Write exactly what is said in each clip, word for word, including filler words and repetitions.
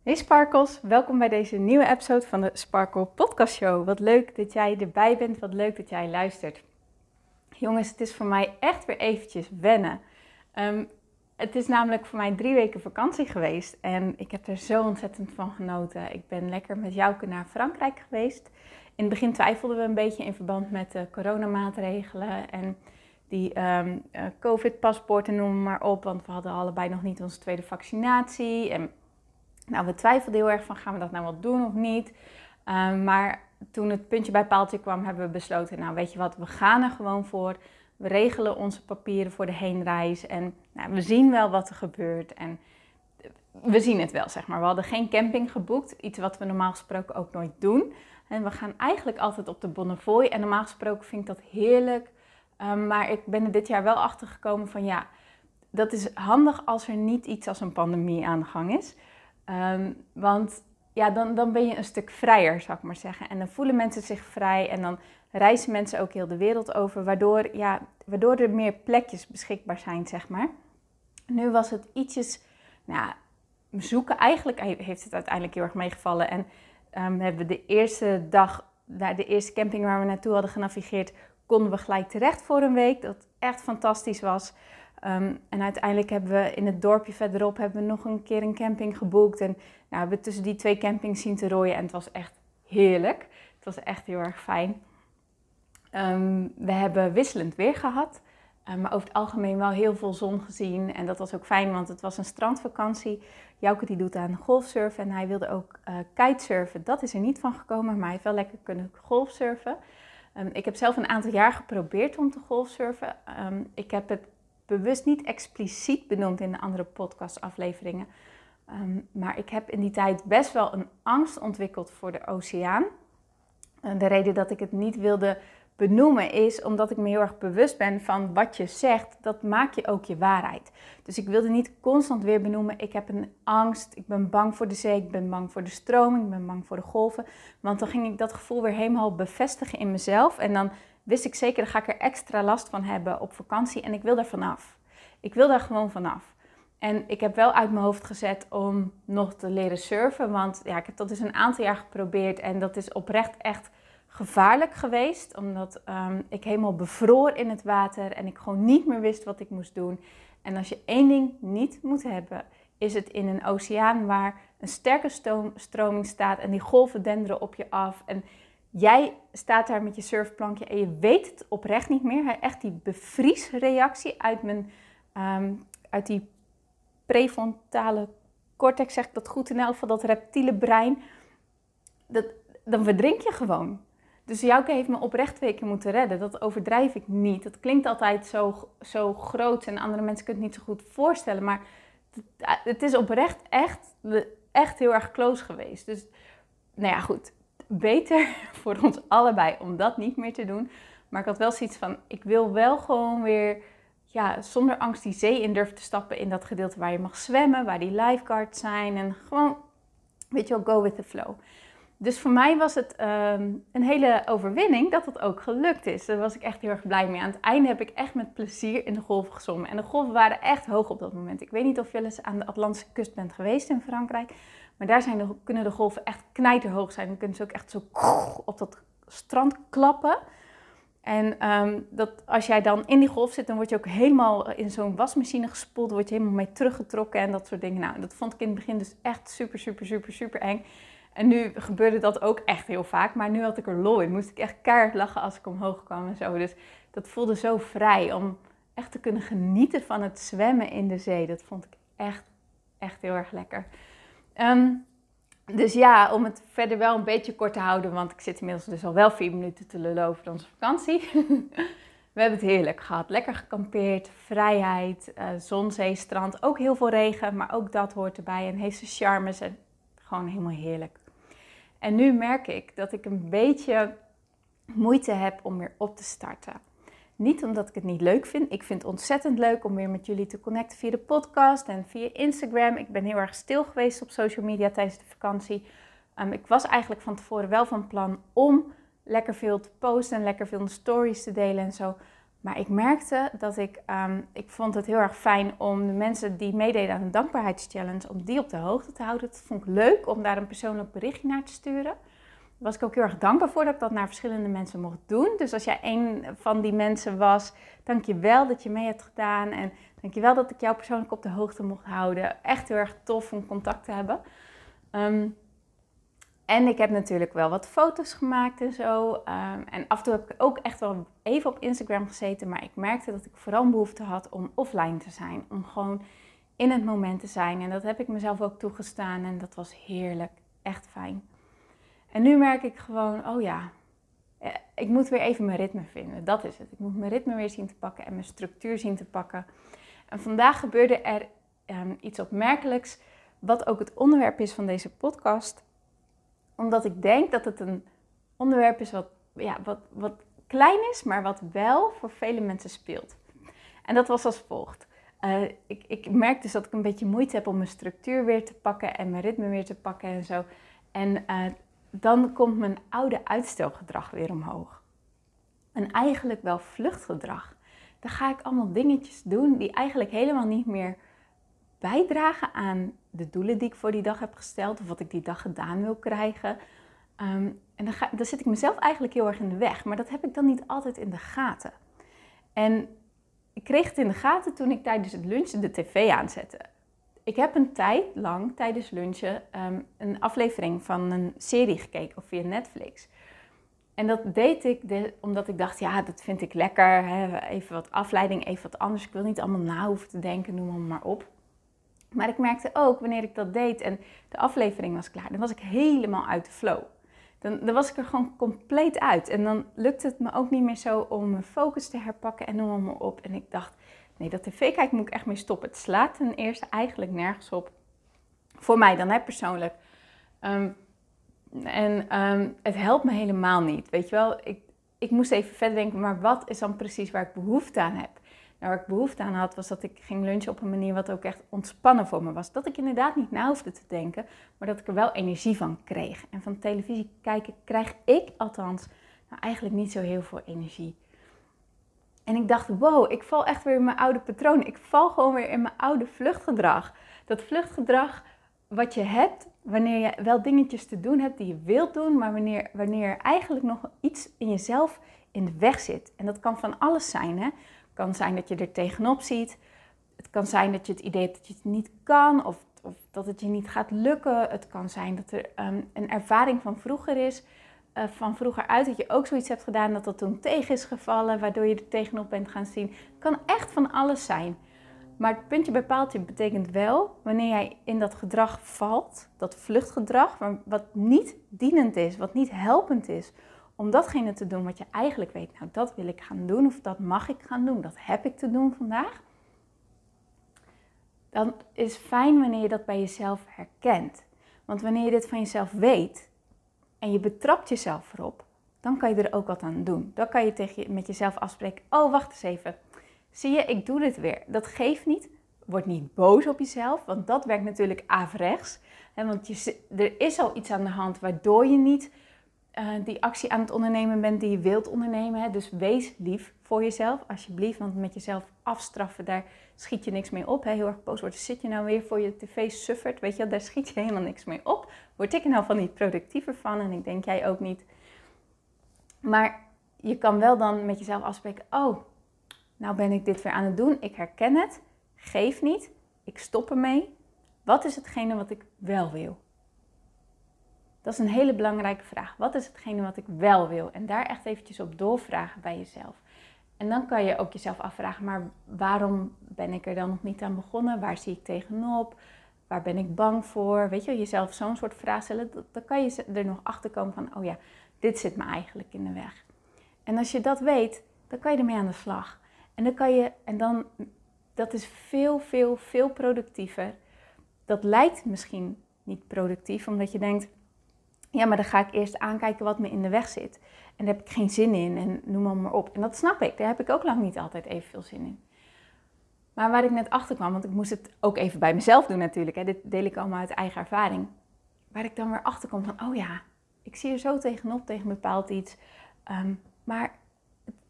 Hey Sparkles, welkom bij deze nieuwe episode van de Sparkle Podcast Show. Wat leuk dat jij erbij bent, wat leuk dat jij luistert. Jongens, het is voor mij echt weer eventjes wennen. Um, het is namelijk voor mij drie weken vakantie geweest en ik heb er zo ontzettend van genoten. Ik ben lekker met Jouke naar Frankrijk geweest. In het begin twijfelden we een beetje in verband met de coronamaatregelen en die um, uh, covid-paspoorten, noem maar op. Want we hadden allebei nog niet onze tweede vaccinatie. En nou, we twijfelden heel erg van, gaan we dat nou wel doen of niet? Um, maar toen het puntje bij paaltje kwam, hebben we besloten, nou weet je wat, we gaan er gewoon voor. We regelen onze papieren voor de heenreis en nou, we zien wel wat er gebeurt. En we zien het wel, zeg maar. We hadden geen camping geboekt, iets wat we normaal gesproken ook nooit doen. En we gaan eigenlijk altijd op de Bonnefoy en normaal gesproken vind ik dat heerlijk. Um, maar ik ben er dit jaar wel achter gekomen van ja, dat is handig als er niet iets als een pandemie aan de gang is. Um, want ja, dan, dan ben je een stuk vrijer, zou ik maar zeggen. En dan voelen mensen zich vrij en dan reizen mensen ook heel de wereld over, waardoor, ja, waardoor er meer plekjes beschikbaar zijn, zeg maar. Nu was het ietsjes, nou, zoeken. Eigenlijk heeft het uiteindelijk heel erg meegevallen. En um, hebben we de eerste dag, naar de eerste camping waar we naartoe hadden genavigeerd, konden we gelijk terecht voor een week. Dat echt fantastisch was. Um, en uiteindelijk hebben we in het dorpje verderop hebben we nog een keer een camping geboekt. En nou, hebben we tussen die twee campings zien te rooien en het was echt heerlijk. Het was echt heel erg fijn. Um, we hebben wisselend weer gehad, um, maar over het algemeen wel heel veel zon gezien. En dat was ook fijn, want het was een strandvakantie. Jouke die doet aan golfsurfen en hij wilde ook uh, kitesurfen. Dat is er niet van gekomen, maar hij heeft wel lekker kunnen golfsurfen. Um, ik heb zelf een aantal jaar geprobeerd om te golfsurfen. Um, ik heb het bewust niet expliciet benoemd in de andere podcastafleveringen. Um, maar ik heb in die tijd best wel een angst ontwikkeld voor de oceaan. En de reden dat ik het niet wilde benoemen is omdat ik me heel erg bewust ben van wat je zegt, dat maak je ook je waarheid. Dus ik wilde niet constant weer benoemen, ik heb een angst, ik ben bang voor de zee, ik ben bang voor de stroming, ik ben bang voor de golven. Want dan ging ik dat gevoel weer helemaal bevestigen in mezelf en dan wist ik zeker, dan ga ik er extra last van hebben op vakantie en ik wil daar vanaf. Ik wil daar gewoon vanaf. En ik heb wel uit mijn hoofd gezet om nog te leren surfen, want ja, ik heb dat dus een aantal jaar geprobeerd en dat is oprecht echt gevaarlijk geweest, omdat um, ik helemaal bevroor in het water en ik gewoon niet meer wist wat ik moest doen. En als je één ding niet moet hebben, is het in een oceaan waar een sterke stoom, stroming staat en die golven denderen op je af. En jij staat daar met je surfplankje en je weet het oprecht niet meer. Echt die bevriesreactie uit, mijn, um, uit die prefrontale cortex, zeg ik dat goed in elk geval, dat reptiele brein. Dat, dan verdrink je gewoon. Dus Jouke heeft me oprecht twee keer moeten redden. Dat overdrijf ik niet. Dat klinkt altijd zo, zo groot en andere mensen kunnen het niet zo goed voorstellen. Maar het, het is oprecht echt, echt heel erg close geweest. Dus nou ja, goed. Beter voor ons allebei om dat niet meer te doen. Maar ik had wel zoiets van, ik wil wel gewoon weer ja, zonder angst die zee in durven te stappen in dat gedeelte waar je mag zwemmen, waar die lifeguards zijn. En gewoon, weet je wel, go with the flow. Dus voor mij was het um, een hele overwinning dat het ook gelukt is. Daar was ik echt heel erg blij mee. Aan het einde heb ik echt met plezier in de golven gezwommen. En de golven waren echt hoog op dat moment. Ik weet niet of je eens aan de Atlantische kust bent geweest in Frankrijk. Maar daar zijn de, kunnen de golven echt knijterhoog zijn. Dan kunnen ze ook echt zo op dat strand klappen. En um, dat, als jij dan in die golf zit, dan word je ook helemaal in zo'n wasmachine gespoeld. Dan word je helemaal mee teruggetrokken en dat soort dingen. Nou, dat vond ik in het begin dus echt super, super, super, super eng. En nu gebeurde dat ook echt heel vaak, maar nu had ik er lol in. Moest ik echt keihard lachen als ik omhoog kwam en zo. Dus dat voelde zo vrij om echt te kunnen genieten van het zwemmen in de zee. Dat vond ik echt, echt heel erg lekker. Um, dus ja, om het verder wel een beetje kort te houden, want ik zit inmiddels dus al wel vier minuten te lullen over onze vakantie. We hebben het heerlijk gehad. Lekker gekampeerd, vrijheid, uh, zon, zee, strand. Ook heel veel regen, maar ook dat hoort erbij en heeft zijn charmes en gewoon helemaal heerlijk. En nu merk ik dat ik een beetje moeite heb om weer op te starten. Niet omdat ik het niet leuk vind. Ik vind het ontzettend leuk om weer met jullie te connecten via de podcast en via Instagram. Ik ben heel erg stil geweest op social media tijdens de vakantie. Um, ik was eigenlijk van tevoren wel van plan om lekker veel te posten en lekker veel stories te delen en zo. Maar ik merkte dat ik, um, ik vond het heel erg fijn om de mensen die meededen aan de dankbaarheidschallenge, om die op de hoogte te houden. Dat vond ik leuk om daar een persoonlijk berichtje naar te sturen. Daar was ik ook heel erg dankbaar voor dat ik dat naar verschillende mensen mocht doen. Dus als jij een van die mensen was, dank je wel dat je mee hebt gedaan. En dank je wel dat ik jou persoonlijk op de hoogte mocht houden. Echt heel erg tof om contact te hebben. Um, En ik heb natuurlijk wel wat foto's gemaakt en zo. Um, en af en toe heb ik ook echt wel even op Instagram gezeten. Maar ik merkte dat ik vooral behoefte had om offline te zijn. Om gewoon in het moment te zijn. En dat heb ik mezelf ook toegestaan. En dat was heerlijk. Echt fijn. En nu merk ik gewoon, oh ja, ik moet weer even mijn ritme vinden. Dat is het. Ik moet mijn ritme weer zien te pakken en mijn structuur zien te pakken. En vandaag gebeurde er um, iets opmerkelijks. Wat ook het onderwerp is van deze podcast. Omdat ik denk dat het een onderwerp is wat, ja, wat, wat klein is, maar wat wel voor vele mensen speelt. En dat was als volgt. Uh, ik, ik merk dus dat ik een beetje moeite heb om mijn structuur weer te pakken en mijn ritme weer te pakken en zo. En uh, dan komt mijn oude uitstelgedrag weer omhoog. En eigenlijk wel vluchtgedrag. Dan ga ik allemaal dingetjes doen die eigenlijk helemaal niet meer bijdragen aan de doelen die ik voor die dag heb gesteld of wat ik die dag gedaan wil krijgen. Um, en dan, ga, dan zit ik mezelf eigenlijk heel erg in de weg, maar dat heb ik dan niet altijd in de gaten. En ik kreeg het in de gaten toen ik tijdens het lunchen de tv aanzette. Ik heb een tijd lang tijdens lunchen um, een aflevering van een serie gekeken of via Netflix. En dat deed ik de, omdat ik dacht, ja, dat vind ik lekker. Hè? Even wat afleiding, even wat anders. Ik wil niet allemaal na hoeven te denken, noem maar, maar op. Maar ik merkte ook, wanneer ik dat deed en de aflevering was klaar, dan was ik helemaal uit de flow. Dan, dan was ik er gewoon compleet uit. En dan lukte het me ook niet meer zo om mijn focus te herpakken en noem maar op. En ik dacht, nee, dat tv kijken moet ik echt mee stoppen. Het slaat ten eerste eigenlijk nergens op. Voor mij dan, hè, persoonlijk. Um, en um, het helpt me helemaal niet, weet je wel. Ik, ik moest even verder denken, maar wat is dan precies waar ik behoefte aan heb? Nou, waar ik behoefte aan had, was dat ik ging lunchen op een manier wat ook echt ontspannen voor me was. Dat ik inderdaad niet na hoefde te denken, maar dat ik er wel energie van kreeg. En van televisie kijken krijg ik althans nou eigenlijk niet zo heel veel energie. En ik dacht, wow, ik val echt weer in mijn oude patroon. Ik val gewoon weer in mijn oude vluchtgedrag. Dat vluchtgedrag wat je hebt wanneer je wel dingetjes te doen hebt die je wilt doen, maar wanneer, wanneer er eigenlijk nog iets in jezelf in de weg zit. En dat kan van alles zijn, hè. Het kan zijn dat je er tegenop ziet. Het kan zijn dat je het idee hebt dat je het niet kan of, of dat het je niet gaat lukken. Het kan zijn dat er um, een ervaring van vroeger is, uh, van vroeger uit, dat je ook zoiets hebt gedaan dat dat toen tegen is gevallen, waardoor je er tegenop bent gaan zien. Het kan echt van alles zijn. Maar het puntje bij paaltje betekent wel, wanneer jij in dat gedrag valt, dat vluchtgedrag, wat niet dienend is, wat niet helpend is, om datgene te doen wat je eigenlijk weet, nou dat wil ik gaan doen of dat mag ik gaan doen, dat heb ik te doen vandaag. Dan is het fijn wanneer je dat bij jezelf herkent. Want wanneer je dit van jezelf weet en je betrapt jezelf erop, dan kan je er ook wat aan doen. Dan kan je tegen je, met jezelf afspreken, oh wacht eens even, zie je, ik doe dit weer. Dat geeft niet. Word niet boos op jezelf, want dat werkt natuurlijk averechts. Want je, er is al iets aan de hand waardoor je niet uh, die actie aan het ondernemen bent die je wilt ondernemen. Hè. Dus wees lief voor jezelf, alsjeblieft. Want met jezelf afstraffen, daar schiet je niks mee op. Hè. Heel erg boos worden, zit je nou weer voor je tv suffert, weet je, daar schiet je helemaal niks mee op. Word ik er nou van niet productiever van en ik denk jij ook niet. Maar je kan wel dan met jezelf afspreken, oh, nou ben ik dit weer aan het doen, ik herken het, geef niet, ik stop ermee. Wat is hetgene wat ik wel wil? Dat is een hele belangrijke vraag. Wat is hetgene wat ik wel wil? En daar echt eventjes op doorvragen bij jezelf. En dan kan je ook jezelf afvragen, maar waarom ben ik er dan nog niet aan begonnen? Waar zie ik tegenop? Waar ben ik bang voor? Weet je, jezelf zo'n soort vraag stellen, dan kan je er nog achter komen van, oh ja, dit zit me eigenlijk in de weg. En als je dat weet, dan kan je ermee aan de slag. En dan kan je, en dan, dat is veel, veel, veel productiever. Dat lijkt misschien niet productief, omdat je denkt, ja, maar dan ga ik eerst aankijken wat me in de weg zit. En daar heb ik geen zin in en noem maar, maar op. En dat snap ik, daar heb ik ook lang niet altijd evenveel zin in. Maar waar ik net achter kwam, want ik moest het ook even bij mezelf doen natuurlijk. Hè, dit deel ik allemaal uit eigen ervaring. Waar ik dan weer achter kom van, oh ja, ik zie er zo tegenop tegen bepaald iets. Um, maar het, het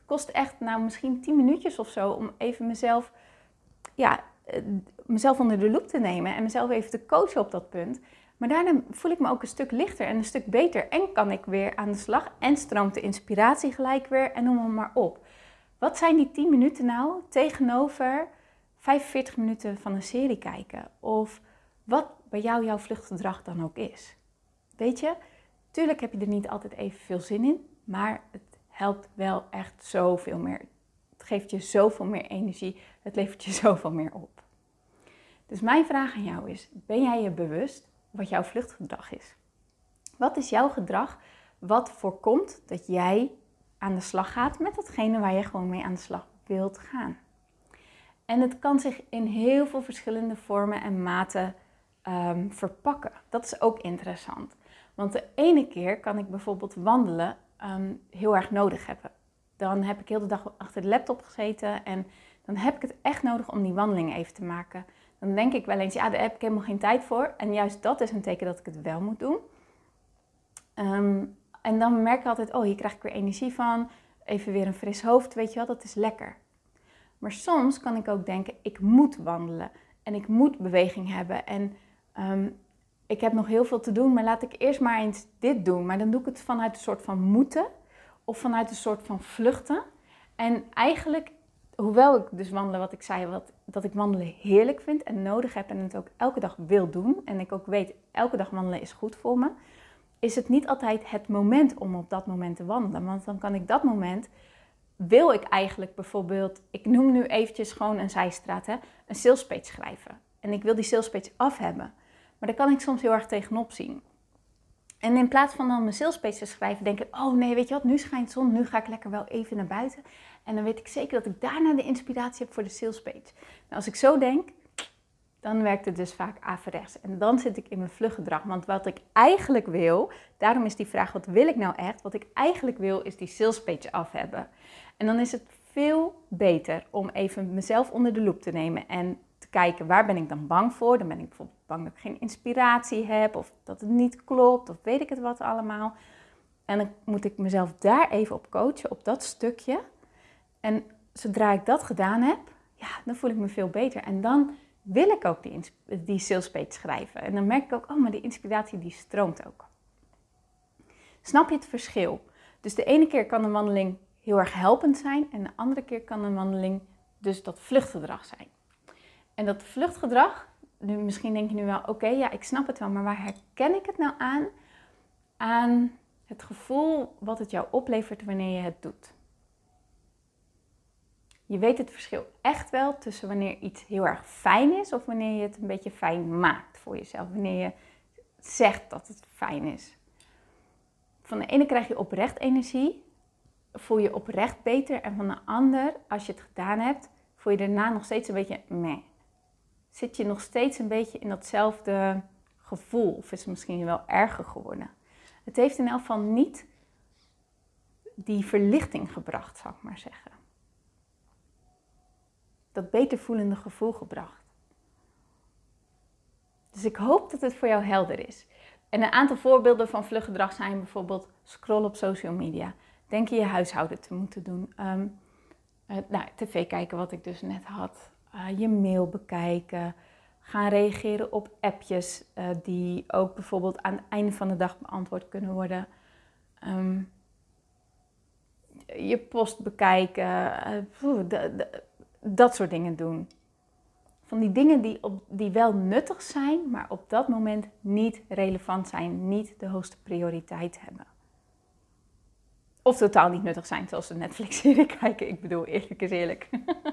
kost echt nou misschien tien minuutjes of zo om even mezelf, ja, mezelf onder de loep te nemen en mezelf even te coachen op dat punt. Maar daarna voel ik me ook een stuk lichter en een stuk beter en kan ik weer aan de slag en stroomt de inspiratie gelijk weer en noem maar op. Wat zijn die tien minuten nou tegenover vijfenveertig minuten van een serie kijken? Of wat bij jou jouw vluchtgedrag dan ook is. Weet je, tuurlijk heb je er niet altijd even veel zin in, maar het helpt wel echt zoveel meer. Het geeft je zoveel meer energie, het levert je zoveel meer op. Dus mijn vraag aan jou is, ben jij je bewust wat jouw vluchtgedrag is? Wat is jouw gedrag wat voorkomt dat jij aan de slag gaat met datgene waar je gewoon mee aan de slag wilt gaan? En het kan zich in heel veel verschillende vormen en maten um, verpakken. Dat is ook interessant. Want de ene keer kan ik bijvoorbeeld wandelen um, heel erg nodig hebben. Dan heb ik heel de dag achter de laptop gezeten en dan heb ik het echt nodig om die wandeling even te maken. Dan denk ik wel eens, ja, daar heb ik helemaal geen tijd voor. En juist dat is een teken dat ik het wel moet doen. Um, en dan merk ik altijd, oh, hier krijg ik weer energie van. Even weer een fris hoofd, weet je wel, dat is lekker. Maar soms kan ik ook denken, ik moet wandelen. En ik moet beweging hebben. En um, ik heb nog heel veel te doen, maar laat ik eerst maar eens dit doen. Maar dan doe ik het vanuit een soort van moeten. Of vanuit een soort van vluchten. En eigenlijk, hoewel ik dus wandelen, wat ik zei, wat, dat ik wandelen heerlijk vind en nodig heb en het ook elke dag wil doen. En ik ook weet, elke dag wandelen is goed voor me. Is het niet altijd het moment om op dat moment te wandelen. Want dan kan ik dat moment, wil ik eigenlijk bijvoorbeeld, ik noem nu eventjes gewoon een zijstraat, hè, een sales page schrijven. En ik wil die sales page af hebben. Maar daar kan ik soms heel erg tegenop zien. En in plaats van dan mijn sales page te schrijven, denk ik, oh nee, weet je wat, nu schijnt de zon, nu ga ik lekker wel even naar buiten. En dan weet ik zeker dat ik daarna de inspiratie heb voor de sales page. Nou, als ik zo denk, dan werkt het dus vaak averechts. En dan zit ik in mijn vluchtgedrag. Want wat ik eigenlijk wil, daarom is die vraag, wat wil ik nou echt? Wat ik eigenlijk wil, is die sales page af hebben. En dan is het veel beter om even mezelf onder de loep te nemen en te kijken, waar ben ik dan bang voor? Dan ben ik bijvoorbeeld bang dat ik geen inspiratie heb, of dat het niet klopt, of weet ik het wat allemaal. En dan moet ik mezelf daar even op coachen, op dat stukje. En zodra ik dat gedaan heb, ja, dan voel ik me veel beter. En dan wil ik ook die, die sales page schrijven. En dan merk ik ook, oh, maar die inspiratie die stroomt ook. Snap je het verschil? Dus de ene keer kan een wandeling heel erg helpend zijn en de andere keer kan een wandeling dus dat vluchtgedrag zijn. En dat vluchtgedrag, nu, misschien denk je nu wel, oké, okay, ja, ik snap het wel, maar waar herken ik het nou aan? Aan het gevoel wat het jou oplevert wanneer je het doet. Je weet het verschil echt wel tussen wanneer iets heel erg fijn is of wanneer je het een beetje fijn maakt voor jezelf. Wanneer je zegt dat het fijn is. Van de ene krijg je oprecht energie, voel je oprecht beter. En van de ander, als je het gedaan hebt, voel je daarna nog steeds een beetje meh. Zit je nog steeds een beetje in datzelfde gevoel of is het misschien wel erger geworden. Het heeft in elk geval niet die verlichting gebracht, zal ik maar zeggen. Dat beter voelende gevoel gebracht. Dus ik hoop dat het voor jou helder is. En een aantal voorbeelden van vluchtgedrag zijn bijvoorbeeld scrollen op social media. Denk je je huishouden te moeten doen. Um, uh, nou, tv kijken wat ik dus net had. Uh, je mail bekijken. Gaan reageren op appjes uh, die ook bijvoorbeeld aan het einde van de dag beantwoord kunnen worden. Um, je post bekijken. Uh, de, de, Dat soort dingen doen. Van die dingen die, op, die wel nuttig zijn, maar op dat moment niet relevant zijn. Niet de hoogste prioriteit hebben. Of totaal niet nuttig zijn, zoals de Netflix-serie kijken. Ik bedoel, eerlijk is eerlijk. Oké.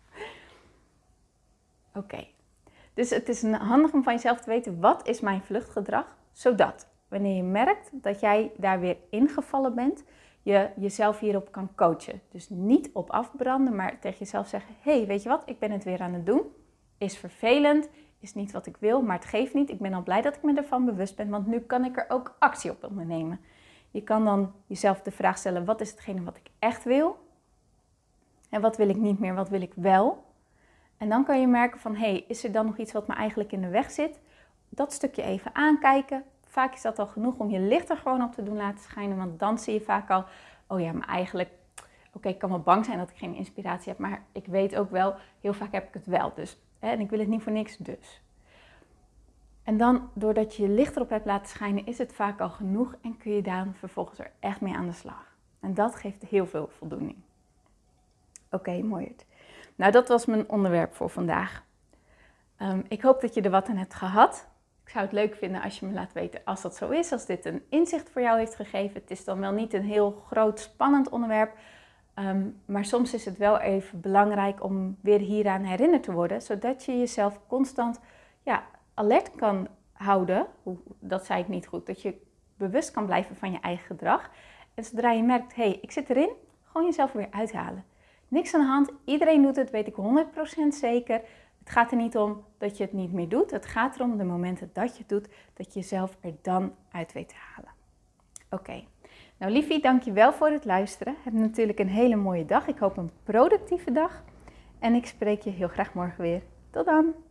Okay. Dus het is handig om van jezelf te weten, wat is mijn vluchtgedrag? Zodat, wanneer je merkt dat jij daar weer ingevallen bent, je jezelf hierop kan coachen. Dus niet op afbranden, maar tegen jezelf zeggen, hé, hey, weet je wat, ik ben het weer aan het doen. Is vervelend, is niet wat ik wil, maar het geeft niet. Ik ben al blij dat ik me ervan bewust ben, want nu kan ik er ook actie op ondernemen. Je kan dan jezelf de vraag stellen, wat is hetgene wat ik echt wil? En wat wil ik niet meer, wat wil ik wel? En dan kan je merken van, hé, hey, is er dan nog iets wat me eigenlijk in de weg zit? Dat stukje even aankijken. Vaak is dat al genoeg om je licht er gewoon op te doen laten schijnen. Want dan zie je vaak al, oh ja, maar eigenlijk, Oké, ik kan wel bang zijn dat ik geen inspiratie heb, maar ik weet ook wel, heel vaak heb ik het wel. Dus, hè, en ik wil het niet voor niks dus. En dan, doordat je je licht erop hebt laten schijnen, is het vaak al genoeg en kun je dan vervolgens er echt mee aan de slag. En dat geeft heel veel voldoening. Oké, okay, mooi. Nou, dat was mijn onderwerp voor vandaag. Um, ik hoop dat je er wat aan hebt gehad. Ik zou het leuk vinden als je me laat weten als dat zo is, als dit een inzicht voor jou heeft gegeven. Het is dan wel niet een heel groot, spannend onderwerp, um, maar soms is het wel even belangrijk om weer hieraan herinnerd te worden, zodat je jezelf constant ja, alert kan houden. Dat zei ik niet goed, dat je bewust kan blijven van je eigen gedrag. En zodra je merkt, hé, hey, ik zit erin, gewoon jezelf weer uithalen. Niks aan de hand, iedereen doet het, weet ik honderd procent zeker. Het gaat er niet om dat je het niet meer doet. Het gaat erom de momenten dat je het doet, dat je jezelf er dan uit weet te halen. Oké, okay. Nou liefie, dank je wel voor het luisteren. Heb natuurlijk een hele mooie dag. Ik hoop een productieve dag. En ik spreek je heel graag morgen weer. Tot dan!